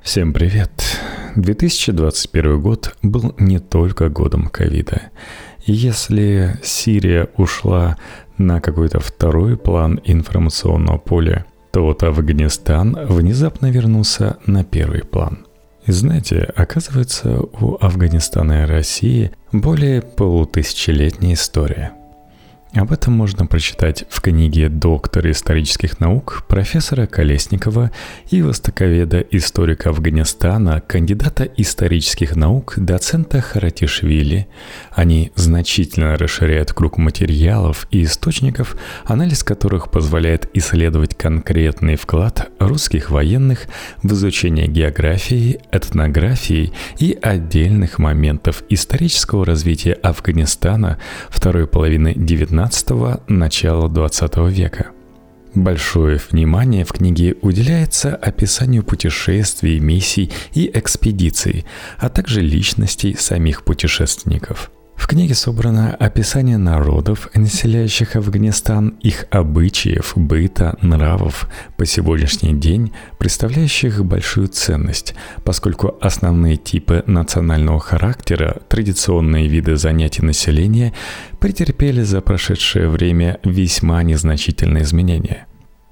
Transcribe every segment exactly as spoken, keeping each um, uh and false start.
Всем привет! две тысячи двадцать первый год был не только годом ковида. И если Сирия ушла на какой-то второй план информационного поля, то вот Афганистан внезапно вернулся на первый план. И знаете, оказывается, у Афганистана и России более полутысячелетняя история. Об этом можно прочитать в книге доктора исторических наук профессора Колесникова и востоковеда-историка Афганистана, кандидата исторических наук, доцента Харатишвили. Они значительно расширяют круг материалов и источников, анализ которых позволяет исследовать конкретный вклад русских военных в изучение географии, этнографии и отдельных моментов исторического развития Афганистана второй половины девятнадцатого начала двадцатого века. Большое внимание в книге уделяется описанию путешествий, миссий и экспедиций, а также личностей самих путешественников. В книге собрано описание народов, населяющих Афганистан, их обычаев, быта, нравов, по сегодняшний день представляющих большую ценность, поскольку основные типы национального характера, традиционные виды занятий населения претерпели за прошедшее время весьма незначительные изменения.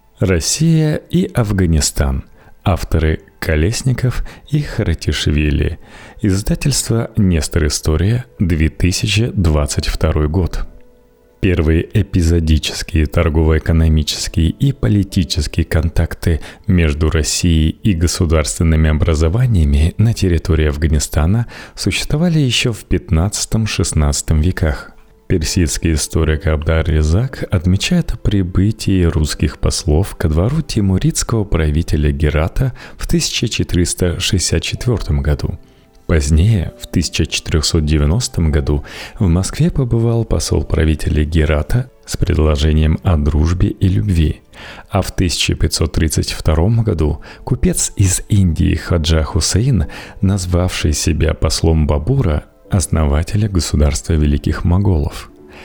Россия и Афганистан. Авторы Колесников и Харатишвили. Издательство «Нестор История», две тысячи двадцать второй год. Первые эпизодические торгово-экономические и политические контакты между Россией и государственными образованиями на территории Афганистана существовали еще в пятнадцатом-шестнадцатом веках. Персидский историк Абдар-Резак отмечает о прибытии русских послов ко двору тимуридского правителя Герата в тысяча четыреста шестьдесят четвёртом году. Позднее, в тысяча четыреста девяностом году, в Москве побывал посол правителя Герата с предложением о дружбе и любви, а в тысяча пятьсот тридцать втором году купец из Индии Хаджа Хусейн, назвавший себя послом Бабура, основателя государства великих моголов.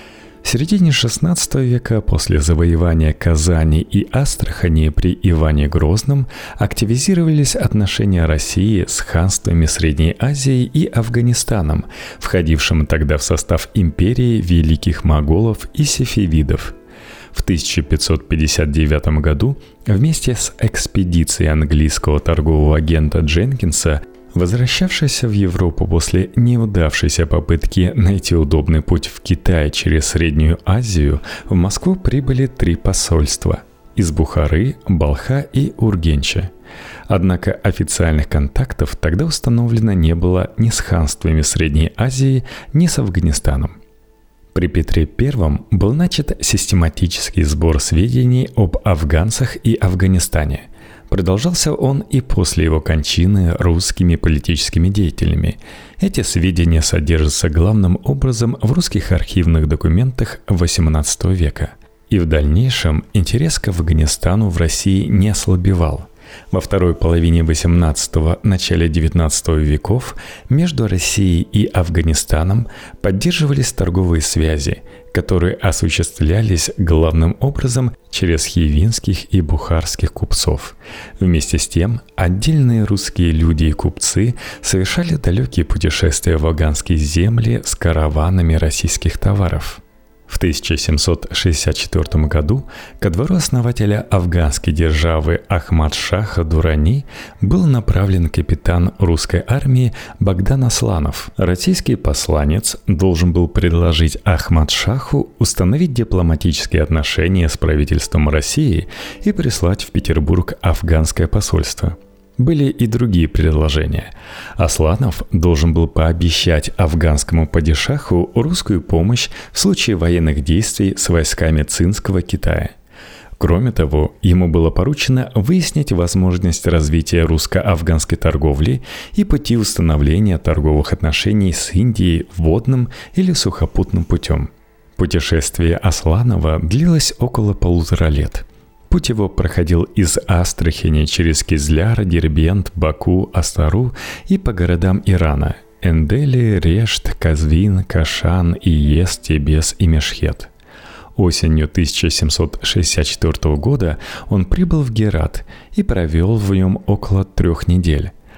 В середине шестнадцатого века, после завоевания Казани и Астрахани при Иване Грозном, активизировались отношения России с ханствами Средней Азии и Афганистаном, входившим тогда в состав империи великих моголов и сефевидов. В тысяча пятьсот пятьдесят девятом году вместе с экспедицией английского торгового агента Дженкинса, возвращавшийся в Европу после неудавшейся попытки найти удобный путь в Китай через Среднюю Азию, в Москву прибыли три посольства – из Бухары, Балха и Ургенча. Однако официальных контактов тогда установлено не было ни с ханствами Средней Азии, ни с Афганистаном. При Петре Первом был начат систематический сбор сведений об афганцах и Афганистане. Продолжался он и после его кончины русскими политическими деятелями. Эти сведения содержатся главным образом в русских архивных документах восемнадцатого века. И в дальнейшем интерес к Афганистану в России не ослабевал. Во второй половине восемнадцатого – начале девятнадцатого веков между Россией и Афганистаном поддерживались торговые связи, которые осуществлялись главным образом через хивинских и бухарских купцов. Вместе с тем, отдельные русские люди и купцы совершали далекие путешествия в афганские земли с караванами российских товаров. В тысяча семьсот шестьдесят четвёртом году ко двору основателя афганской державы Ахмад-Шаха Дурани был направлен капитан русской армии Богдан Асланов. Российский посланец должен был предложить Ахмад-Шаху установить дипломатические отношения с правительством России и прислать в Петербург афганское посольство. Были и другие предложения. Асланов должен был пообещать афганскому падишаху русскую помощь в случае военных действий с войсками цинского Китая. Кроме того, ему было поручено выяснить возможность развития русско-афганской торговли и пути установления торговых отношений с Индией водным или сухопутным путем. Путешествие Асланова длилось около полутора лет. Путь его проходил из Астрахани через Кизляр, Дербент, Баку, Астару и по городам Ирана – Эндели, Решт, Казвин, Кашан, Иес, Тебес и Мешхет. Осенью тысяча семьсот шестьдесят четвёртого года он прибыл в Герат и провел в нем около трех недель.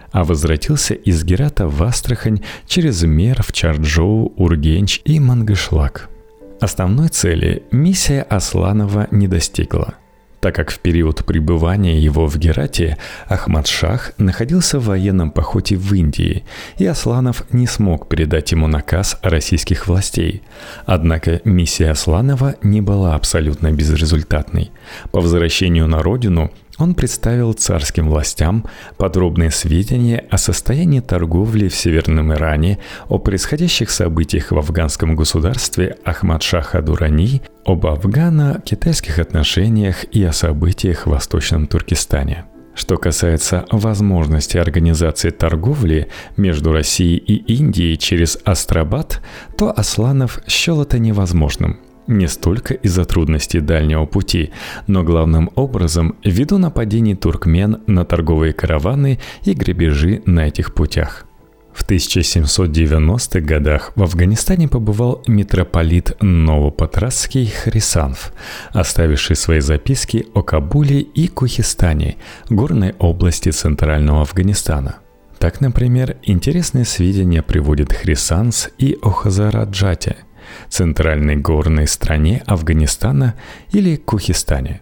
а возвратился из Герата в Астрахань через Мерв, Чарджоу, Ургенч и Мангышлак. Основной цели миссия Асланова не достигла, так как в период пребывания его в Герате Ахмад-Шах находился в военном походе в Индии, и Асланов не смог передать ему наказ российских властей. Однако миссия Асланова не была абсолютно безрезультатной. По возвращению на родину он представил царским властям подробные сведения о состоянии торговли в Северном Иране, о происходящих событиях в афганском государстве Ахмад-Шаха Дурани, об афгано-китайских отношениях и о событиях в Восточном Туркестане. Что касается возможности организации торговли между Россией и Индией через Астрабад, то Асланов счел это невозможным. Не столько из-за трудностей дальнего пути, но главным образом ввиду нападений туркмен на торговые караваны и грабежи на этих путях. В тысяча семьсот девяностых годах в Афганистане побывал митрополит Новопатрасский Хрисанф, оставивший свои записки о Кабуле и Кухистане, горной области центрального Афганистана. Так, например, интересные сведения приводит Хрисанс и о Хазараджате, центральной горной стране Афганистана или Кухистане.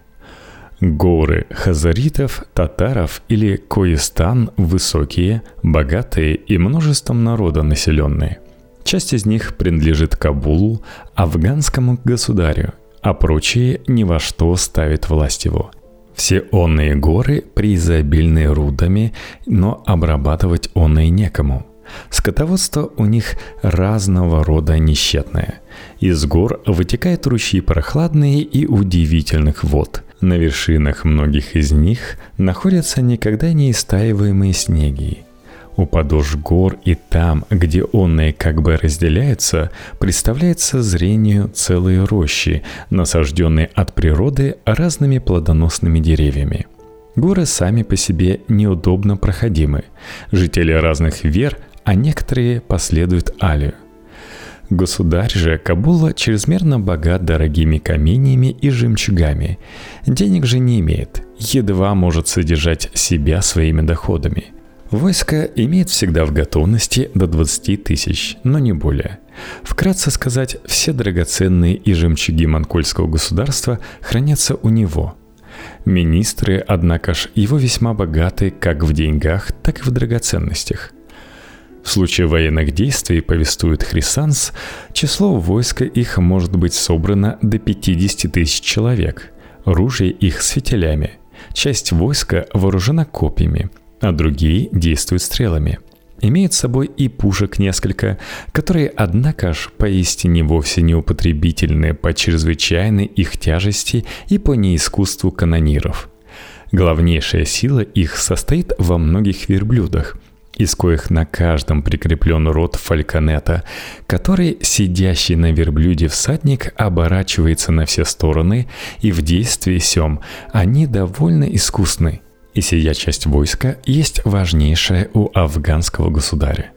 Горы хазаритов, татаров или Коистан высокие, богатые и множеством народа населенные. Часть из них принадлежит Кабулу, афганскому государю, а прочие ни во что ставит власть его. Все онные горы преизобильны рудами, но обрабатывать онные некому. Скотоводство у них разного рода несчетное. Из гор вытекают ручьи прохладные и удивительных вод. На вершинах многих из них находятся никогда не истаиваемые снеги. У подошв гор и там, где онные как бы разделяются, представляется зрению целые рощи, насажденные от природы разными плодоносными деревьями. Горы сами по себе неудобно проходимы. Жители разных вер, а некоторые последуют Алию. Государь же Кабула чрезмерно богат дорогими каменьями и жемчугами. Денег же не имеет, едва может содержать себя своими доходами. Войско имеет всегда в готовности до двадцати тысяч, но не более. Вкратце сказать, все драгоценные и жемчуги монгольского государства хранятся у него. Министры, однако ж, его весьма богаты как в деньгах, так и в драгоценностях. В случае военных действий, повествует Хрисанс, число войска их может быть собрано до пятидесяти тысяч человек, ружья их с фитилями. Часть войска вооружена копьями, а другие действуют стрелами. Имеют с собой и пушек несколько, которые, однако ж, поистине вовсе не употребительны по чрезвычайной их тяжести и по неискусству канониров. Главнейшая сила их состоит во многих верблюдах, из коих на каждом прикреплен рот фальконета, который, сидящий на верблюде всадник, оборачивается на все стороны, и в действии сём они довольно искусны. И сия часть войска есть важнейшая у афганского государя.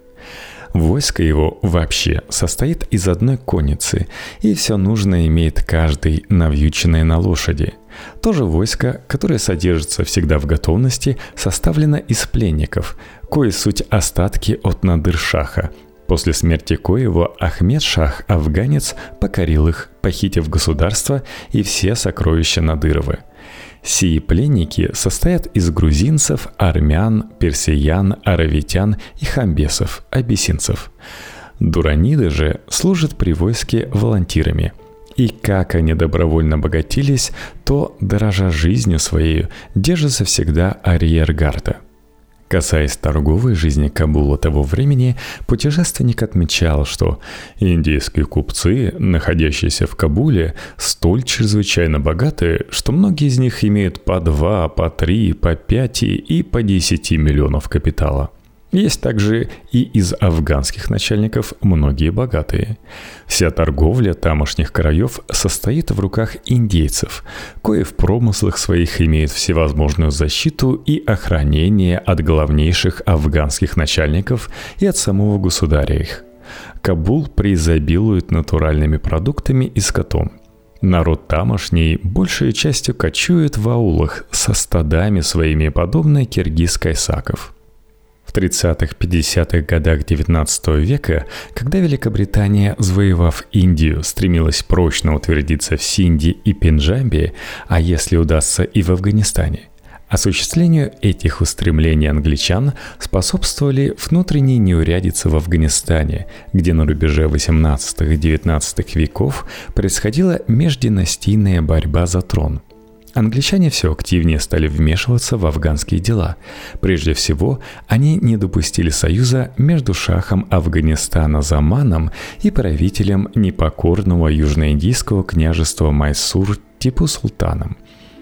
Войско его вообще состоит из одной конницы, и все нужное имеет каждый навьюченное на лошади. То же войско, которое содержится всегда в готовности, составлено из пленников, кои суть остатки от Надыр-Шаха, после смерти коего Ахмед-Шах афганец покорил их, похитив государство и все сокровища Надыровы. Сии пленники состоят из грузинцев, армян, персиян, аравитян и хамбесов, абиссинцев. Дураниды же служат при войске волонтирами. И как они добровольно богатились, то, дорожа жизнью своей, держатся всегда арьергарда. Касаясь торговой жизни Кабула того времени, путешественник отмечал, что индийские купцы, находящиеся в Кабуле, столь чрезвычайно богаты, что многие из них имеют по два, по три, по пять и по десяти миллионов капитала. Есть также и из афганских начальников многие богатые. Вся торговля тамошних краев состоит в руках индейцев, кои в промыслах своих имеют всевозможную защиту и охранение от главнейших афганских начальников и от самого государя их. Кабул преизобилует натуральными продуктами и скотом. Народ тамошний большей частью кочует в аулах со стадами своими, подобно киргиз-кайсаков. В тридцатых-пятидесятых годах девятнадцатого века, когда Великобритания, завоевав Индию, стремилась прочно утвердиться в Синде и Пенджабе, а если удастся и в Афганистане, осуществлению этих устремлений англичан способствовали внутренние неурядицы в Афганистане, где на рубеже восемнадцатого и девятнадцатого веков происходила междинастийная борьба за трон. Англичане все активнее стали вмешиваться в афганские дела. Прежде всего, они не допустили союза между шахом Афганистана Заманом и правителем непокорного южноиндийского княжества Майсур Типу Султаном.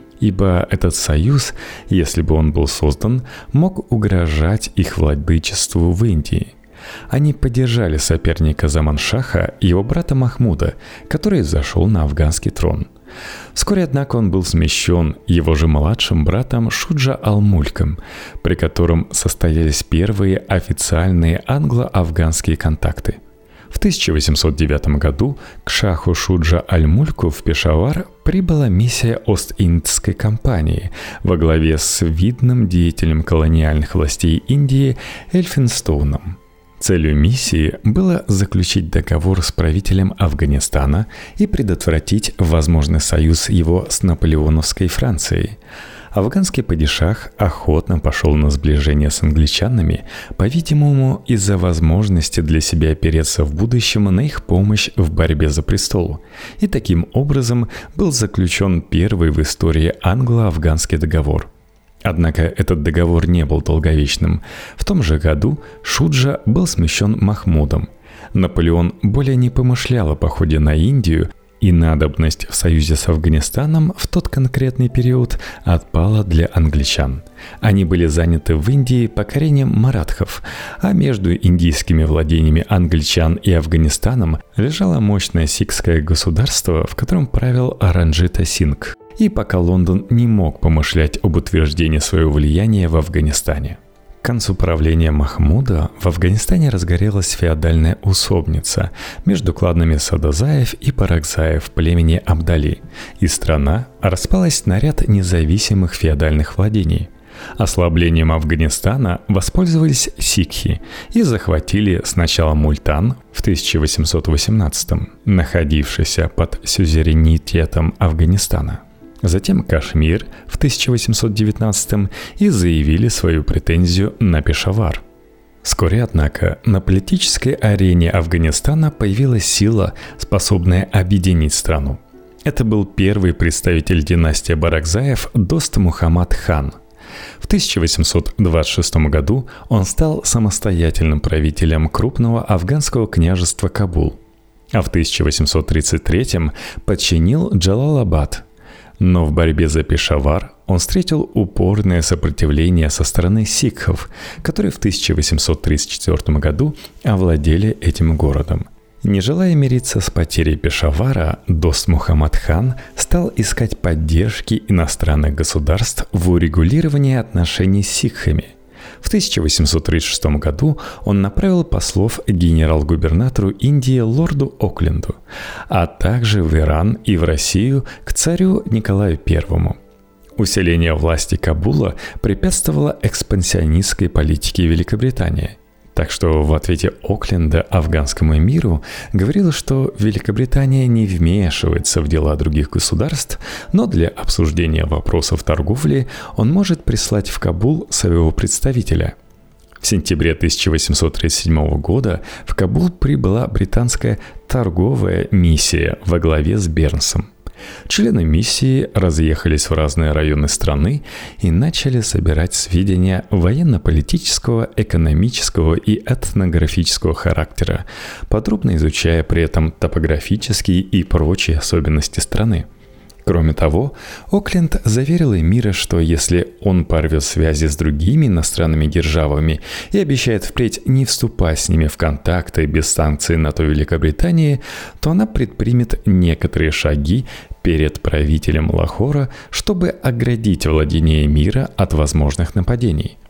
Ибо этот союз, если бы он был создан, мог угрожать их владычеству в Индии. Они поддержали соперника Заман-Шаха и его брата Махмуда, который зашел на афганский трон. Вскоре, однако, он был смещен его же младшим братом Шуджа Аль-Мульком, при котором состоялись первые официальные англо-афганские контакты. В тысяча восемьсот девятом году к шаху Шуджа Аль-Мульку в Пешавар прибыла миссия Ост-Индской компании во главе с видным деятелем колониальных властей Индии Эльфинстоуном. Целью миссии было заключить договор с правителем Афганистана и предотвратить возможный союз его с наполеоновской Францией. Афганский падишах охотно пошел на сближение с англичанами, по-видимому, из-за возможности для себя опереться в будущем на их помощь в борьбе за престол. И таким образом был заключен первый в истории англо-афганский договор. Однако этот договор не был долговечным. В том же году Шуджа был смещен Махмудом. Наполеон более не помышлял о походе на Индию, и надобность в союзе с Афганистаном в тот конкретный период отпала для англичан. Они были заняты в Индии покорением маратхов, а между индийскими владениями англичан и Афганистаном лежало мощное сикхское государство, в котором правил Ранджита Сингх. И пока Лондон не мог помышлять об утверждении своего влияния в Афганистане. К концу правления Махмуда в Афганистане разгорелась феодальная усобница между кланами Садазаев и Паракзаев племени Абдали, и страна распалась на ряд независимых феодальных владений. Ослаблением Афганистана воспользовались сикхи и захватили сначала Мультан в тысяча восемьсот восемнадцатом, находившийся под сюзеренитетом Афганистана. Затем Кашмир в тысяча восемьсот девятнадцатом и заявили свою претензию на Пешавар. Вскоре, однако, на политической арене Афганистана появилась сила, способная объединить страну. Это был первый представитель династии Баракзаев Дост Мухаммад хан. В тысяча восемьсот двадцать шестом году он стал самостоятельным правителем крупного афганского княжества Кабул, а в тысяча восемьсот тридцать третьем подчинил Джалалабад. Но в борьбе за Пешавар он встретил упорное сопротивление со стороны сикхов, которые в тысяча восемьсот тридцать четвёртом году овладели этим городом. Не желая мириться с потерей Пешавара, Дост Мухаммад хан стал искать поддержки иностранных государств в урегулировании отношений с сикхами. В тысяча восемьсот тридцать шестом году он направил послов генерал-губернатору Индии лорду Окленду, а также в Иран и в Россию к царю Николаю Первому. Усиление власти Кабула препятствовало экспансионистской политике Великобритании. Так что в ответе Окленда афганскому эмиру говорилось, что Великобритания не вмешивается в дела других государств, но для обсуждения вопросов торговли он может прислать в Кабул своего представителя. В сентябре тысяча восемьсот тридцать седьмого года в Кабул прибыла британская торговая миссия во главе с Бернсом. Члены миссии разъехались в разные районы страны и начали собирать сведения военно-политического, экономического и этнографического характера, подробно изучая при этом топографические и прочие особенности страны. Кроме того, Окленд заверил эмира, что если он порвет связи с другими иностранными державами и обещает впредь не вступать с ними в контакты без санкций НАТО Великобритании, то она предпримет некоторые шаги перед правителем Лахора, чтобы оградить владение эмира от возможных нападений.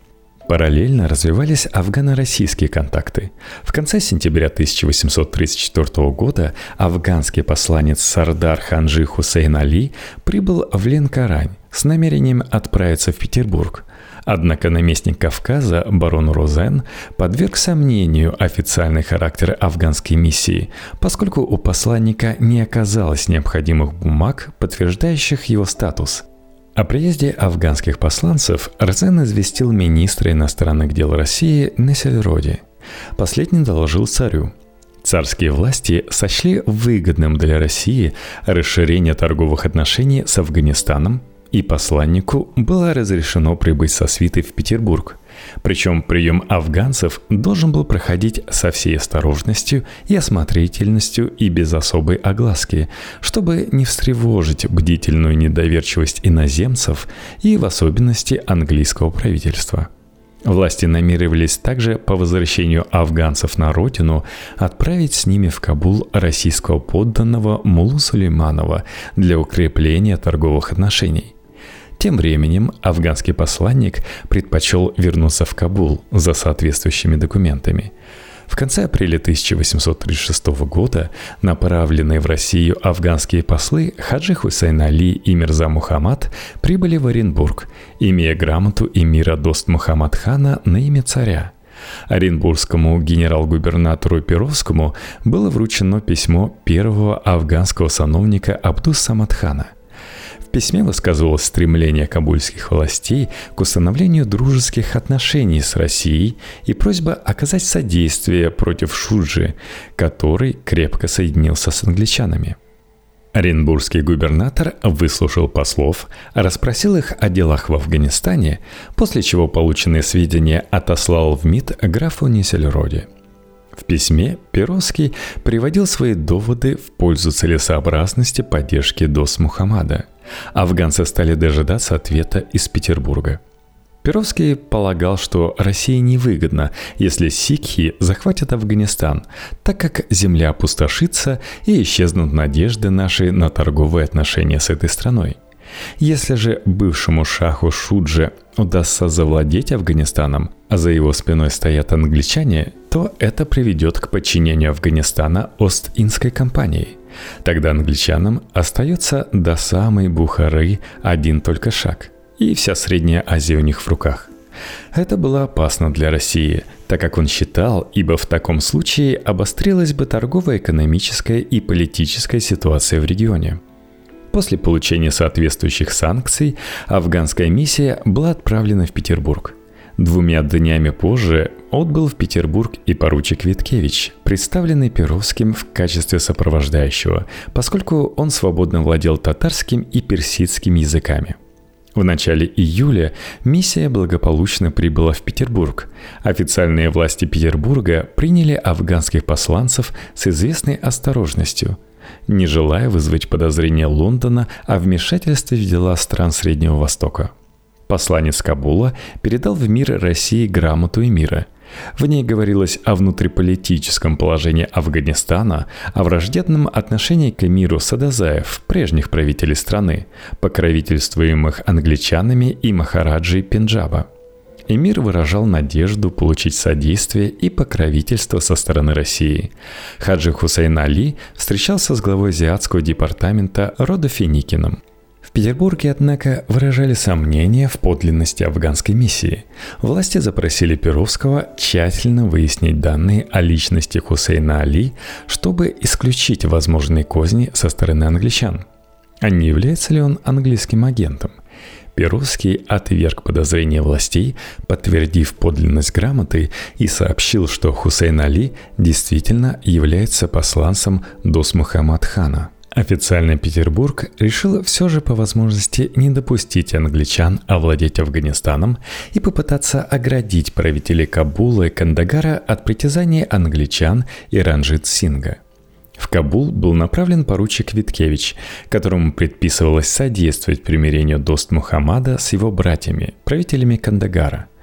Параллельно развивались афгано-российские контакты. В конце сентября тысяча восемьсот тридцать четвёртого года афганский посланец Сардар Ханджи Хусейн Али прибыл в Ленкорань с намерением отправиться в Петербург. Однако наместник Кавказа барон Розен подверг сомнению официальный характер афганской миссии, поскольку у посланника не оказалось необходимых бумаг, подтверждающих его статус. О приезде афганских посланцев Розен известил министра иностранных дел России Несельроди. Последний доложил царю. Царские власти сочли выгодным для России расширение торговых отношений с Афганистаном, и посланнику было разрешено прибыть со свитой в Петербург. Причем прием афганцев должен был проходить со всей осторожностью и осмотрительностью и без особой огласки, чтобы не встревожить бдительную недоверчивость иноземцев и в особенности английского правительства. Власти намеревались также по возвращению афганцев на родину отправить с ними в Кабул российского подданного Муллу Сулейманова для укрепления торговых отношений. Тем временем афганский посланник предпочел вернуться в Кабул за соответствующими документами. В конце апреля тысяча восемьсот тридцать шестого года направленные в Россию афганские послы Хаджи Хусейн Али и Мирза Мухаммад прибыли в Оренбург, имея грамоту эмира Дост Мухаммад хана на имя царя. Оренбургскому генерал-губернатору Перовскому было вручено письмо первого афганского сановника Абдус-Самад хана. В письме высказывалось стремление кабульских властей к установлению дружеских отношений с Россией и просьба оказать содействие против Шуджи, который крепко соединился с англичанами. Оренбургский губернатор выслушал послов, расспросил их о делах в Афганистане, после чего полученные сведения отослал в МИД графу Несельроди. В письме Перовский приводил свои доводы в пользу целесообразности поддержки Дост Мухаммада. Афганцы стали дожидаться ответа из Петербурга. Перовский полагал, что России невыгодно, если сикхи захватят Афганистан, так как земля опустошится и исчезнут надежды наши на торговые отношения с этой страной. Если же бывшему шаху Шудже удастся завладеть Афганистаном, а за его спиной стоят англичане, то это приведет к подчинению Афганистана Ост-Индской компании. Тогда англичанам остается до самой Бухары один только шаг, и вся Средняя Азия у них в руках. Это было опасно для России, так как он считал, ибо в таком случае обострилась бы торговая, экономическая и политическая ситуация в регионе. После получения соответствующих санкций афганская миссия была отправлена в Петербург. Двумя днями позже отбыл в Петербург и поручик Виткевич, представленный Перовским в качестве сопровождающего, поскольку он свободно владел татарским и персидским языками. В начале июля миссия благополучно прибыла в Петербург. Официальные власти Петербурга приняли афганских посланцев с известной осторожностью, не желая вызвать подозрения Лондона о вмешательстве в дела стран Среднего Востока. Посланец Кабула передал в мир России грамоту эмира. В ней говорилось о внутриполитическом положении Афганистана, о враждебном отношении к эмиру Садазаев, прежних правителей страны, покровительствуемых англичанами и махараджей Пенджаба. Эмир выражал надежду получить содействие и покровительство со стороны России. Хаджи Хусейн Али встречался с главой азиатского департамента Родо Финикиным. В Петербурге, однако, выражали сомнения в подлинности афганской миссии. Власти запросили Перовского тщательно выяснить данные о личности Хусейна Али, чтобы исключить возможные козни со стороны англичан. А не является ли он английским агентом? Перовский отверг подозрения властей, подтвердив подлинность грамоты, и сообщил, что Хусейн Али действительно является посланцем Дост Мухаммад хана. Официально Петербург решил все же по возможности не допустить англичан овладеть Афганистаном и попытаться оградить правителей Кабула и Кандагара от притязаний англичан и Ранджит-Синга. В Кабул был направлен поручик Виткевич, которому предписывалось содействовать примирению Дост Мухаммада с его братьями, правителями Кандагара.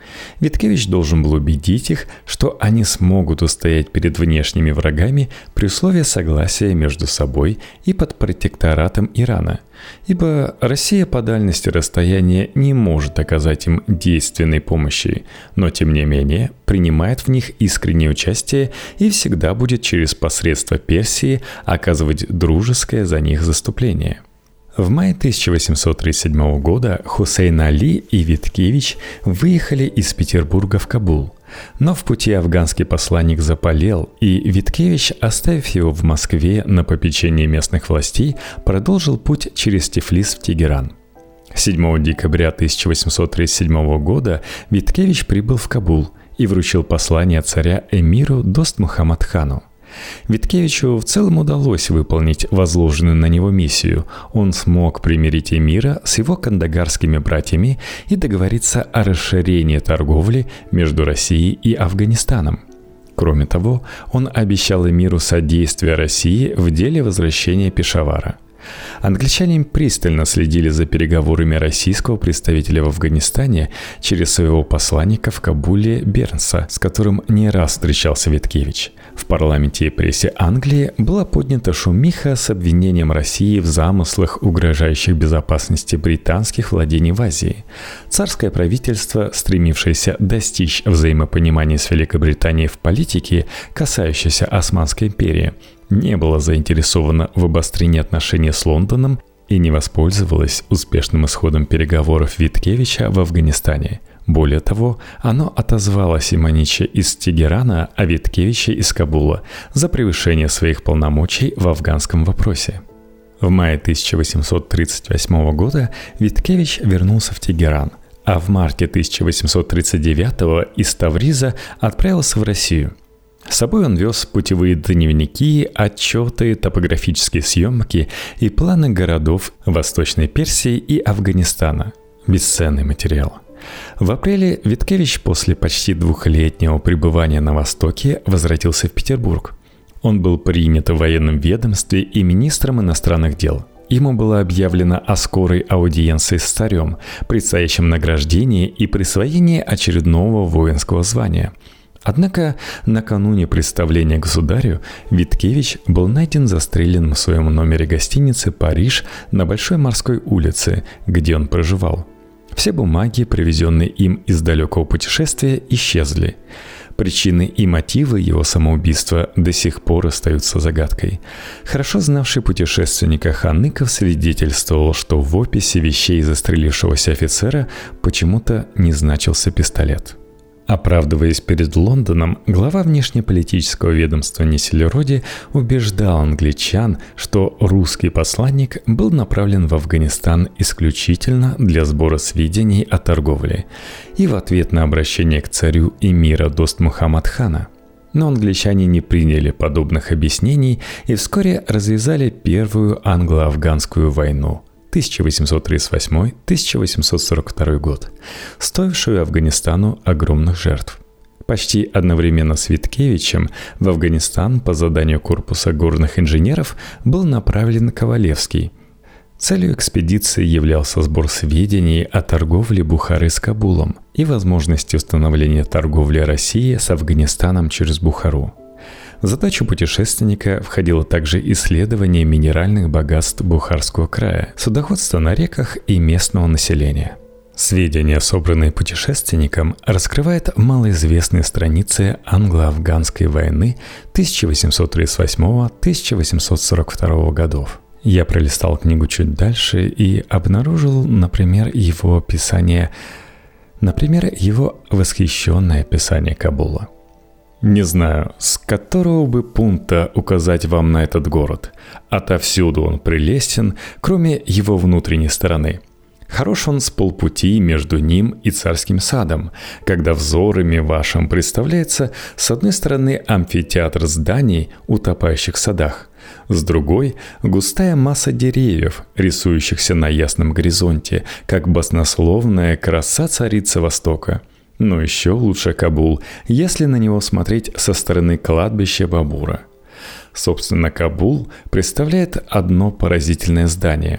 Виткевич должен был убедить их, что они смогут устоять перед внешними врагами при условии согласия между собой и под протекторатом Ирана, ибо Россия по дальности расстояния не может оказать им действенной помощи, но тем не менее принимает в них искреннее участие и всегда будет через посредство Персии оказывать дружеское за них заступление. В мае тысяча восемьсот тридцать седьмого года Хусейн Али и Виткевич выехали из Петербурга в Кабул, но в пути афганский посланник заболел, и Виткевич, оставив его в Москве на попечении местных властей, продолжил путь через Тифлис в Тегеран. седьмого декабря тысяча восемьсот тридцать седьмого года Виткевич прибыл в Кабул и вручил послание царя эмиру Дост-Мухаммад-хану. Виткевичу в целом удалось выполнить возложенную на него миссию. Он смог примирить эмира с его кандагарскими братьями и договориться о расширении торговли между Россией и Афганистаном. Кроме того, он обещал эмиру содействие России в деле возвращения Пешавара. Англичане пристально следили за переговорами российского представителя в Афганистане через своего посланника в Кабуле Бернса, с которым не раз встречался Виткевич. В парламенте и прессе Англии была поднята шумиха с обвинением России в замыслах, угрожающих безопасности британских владений в Азии. Царское правительство, стремившееся достичь взаимопонимания с Великобританией в политике, касающейся Османской империи, не было заинтересовано в обострении отношений с Лондоном и не воспользовалось успешным исходом переговоров Виткевича в Афганистане. Более того, оно отозвало Симонича из Тегерана, а Виткевича из Кабула за превышение своих полномочий в афганском вопросе. В мае тысяча восемьсот тридцать восьмого года Виткевич вернулся в Тегеран, а в марте тысяча восемьсот тридцать девятого из Тавриза отправился в Россию. С собой он вез путевые дневники, отчеты, топографические съемки и планы городов Восточной Персии и Афганистана. Бесценный материал. В апреле Виткевич после почти двухлетнего пребывания на Востоке возвратился в Петербург. Он был принят в военном ведомстве и министром иностранных дел. Ему было объявлено о скорой аудиенции с царем, предстоящем награждении и присвоении очередного воинского звания. Однако накануне представления государю Виткевич был найден застреленным в своем номере гостиницы «Париж» на Большой морской улице, где он проживал. Все бумаги, привезенные им из далекого путешествия, исчезли. Причины и мотивы его самоубийства до сих пор остаются загадкой. Хорошо знавший путешественника Ханыков свидетельствовал, что в описи вещей застрелившегося офицера почему-то не значился пистолет. Оправдываясь перед Лондоном, глава внешнеполитического ведомства Несельроди убеждал англичан, что русский посланник был направлен в Афганистан исключительно для сбора сведений о торговле и в ответ на обращение к царю эмира Дост-Мухаммад-хана. Но англичане не приняли подобных объяснений и вскоре развязали Первую англо-афганскую войну тысяча восемьсот тридцать восьмой — тысяча восемьсот сорок второй год, стоившую Афганистану огромных жертв. Почти одновременно с Виткевичем в Афганистан по заданию корпуса горных инженеров был направлен Ковалевский. Целью экспедиции являлся сбор сведений о торговле Бухары с Кабулом и возможности установления торговли России с Афганистаном через Бухару. В задачу путешественника входило также исследование минеральных богатств Бухарского края, судоходство на реках и местного населения. Сведения, собранные путешественником, раскрывают малоизвестные страницы англо-афганской войны тысяча восемьсот тридцать восьмого — тысяча восемьсот сорок второго годов. Я пролистал книгу чуть дальше и обнаружил, например, его описание, например, его восхищенное описание Кабула. Не знаю, с которого бы пункта указать вам на этот город. Отовсюду он прелестен, кроме его внутренней стороны. Хорош он с полпути между ним и царским садом, когда взорами вашим представляется с одной стороны амфитеатр зданий, утопающих в садах, с другой – густая масса деревьев, рисующихся на ясном горизонте, как баснословная краса царицы Востока. Но еще лучше Кабул, если на него смотреть со стороны кладбища Бабура. Собственно, Кабул представляет одно поразительное здание.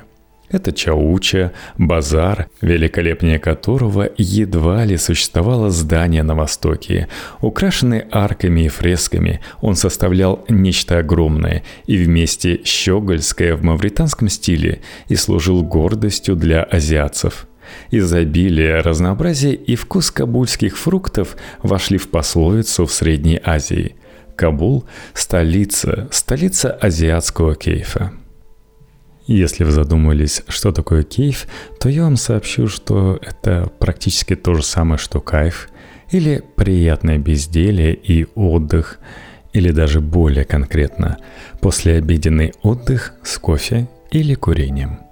Это Чауча, базар, великолепнее которого едва ли существовало здание на Востоке. Украшенный арками и фресками, он составлял нечто огромное и вместе щегольское в мавританском стиле и служил гордостью для азиатцев. Изобилие, разнообразие и вкус кабульских фруктов вошли в пословицу в Средней Азии. Кабул – столица, столица азиатского кейфа. Если вы задумались, что такое кейф, то я вам сообщу, что это практически то же самое, что кайф, или приятное безделье и отдых, или даже более конкретно, послеобеденный отдых с кофе или курением.